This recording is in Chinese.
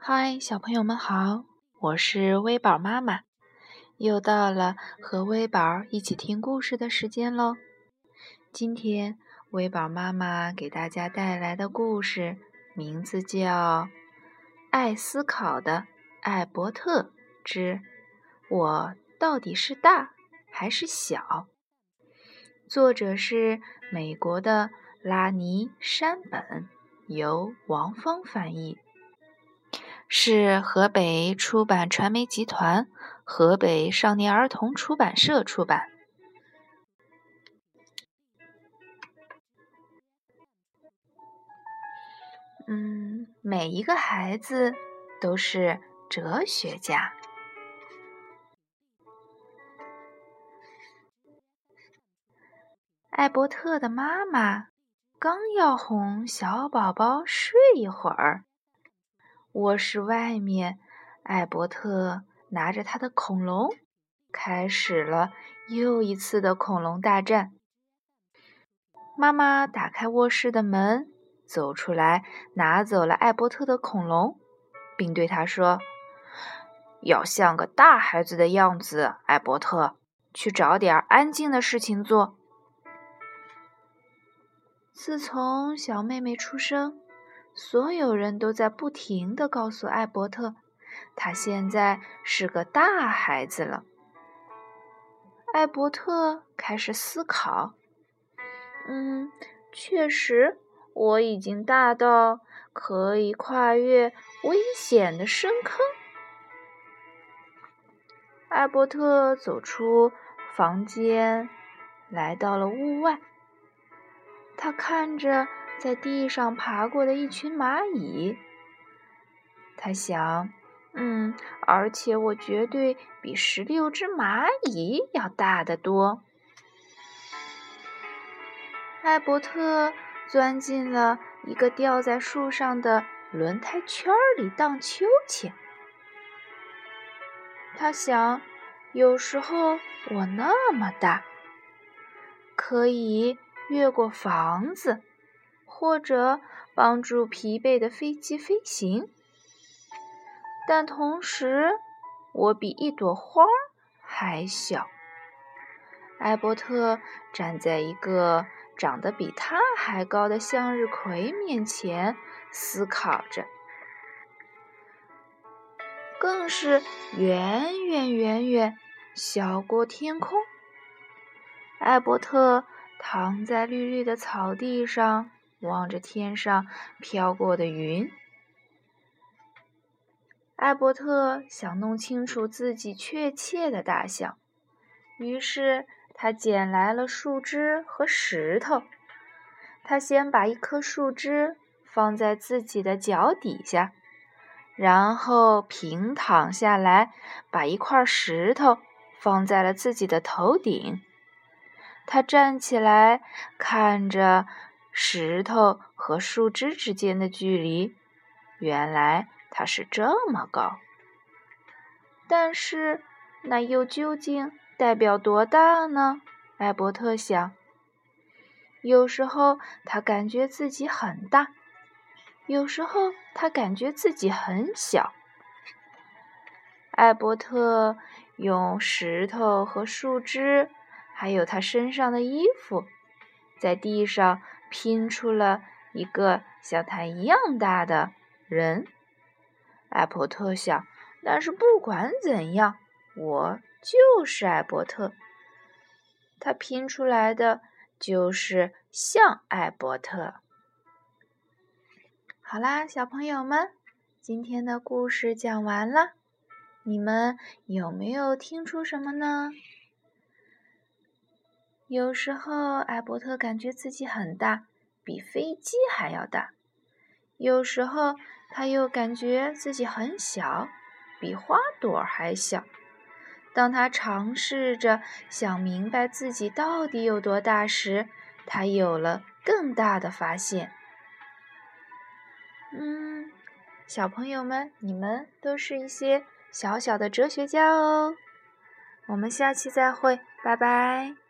嗨，小朋友们好，我是微宝妈妈，又到了和微宝一起听故事的时间喽。今天微宝妈妈给大家带来的故事名字叫《爱思考的艾伯特之我到底是大还是小》，作者是美国的拉尼·山本，由王芳翻译。是河北出版传媒集团、河北少年儿童出版社出版。每一个孩子都是哲学家。艾伯特的妈妈刚要哄小宝宝睡一会儿，卧室外面，艾伯特拿着他的恐龙，开始了又一次的恐龙大战。妈妈打开卧室的门，走出来，拿走了艾伯特的恐龙，并对他说：“要像个大孩子的样子，艾伯特，去找点安静的事情做。”自从小妹妹出生，所有人都在不停地告诉艾伯特，他现在是个大孩子了。艾伯特开始思考。确实，我已经大到可以跨越危险的深坑。艾伯特走出房间，来到了屋外。他看着在地上爬过的一群蚂蚁，他想，而且我绝对比16只蚂蚁要大得多。艾伯特钻进了一个吊在树上的轮胎圈里荡秋千。他想，有时候我那么大，可以越过房子，或者帮助疲惫的飞机飞行。但同时，我比一朵花还小。艾伯特站在一个长得比他还高的向日葵面前，思考着，更是远远远远小过天空。艾伯特躺在绿绿的草地上，望着天上飘过的云。艾伯特想弄清楚自己确切的大小，于是他捡来了树枝和石头。他先把一棵树枝放在自己的脚底下，然后平躺下来，把一块石头放在了自己的头顶。他站起来，看着石头和树枝之间的距离，原来它是这么高。但是，那又究竟代表多大呢？艾伯特想。有时候他感觉自己很大，有时候他感觉自己很小。艾伯特用石头和树枝，还有他身上的衣服，在地上拼出了一个像他一样大的人。艾伯特想，但是不管怎样，我就是艾伯特。他拼出来的就是像艾伯特。好啦，小朋友们，今天的故事讲完了，你们有没有听出什么呢？有时候艾伯特感觉自己很大，比飞机还要大；有时候他又感觉自己很小，比花朵还小。当他尝试着想明白自己到底有多大时，他有了更大的发现。小朋友们，你们都是一些小小的哲学家哦。我们下期再会，拜拜。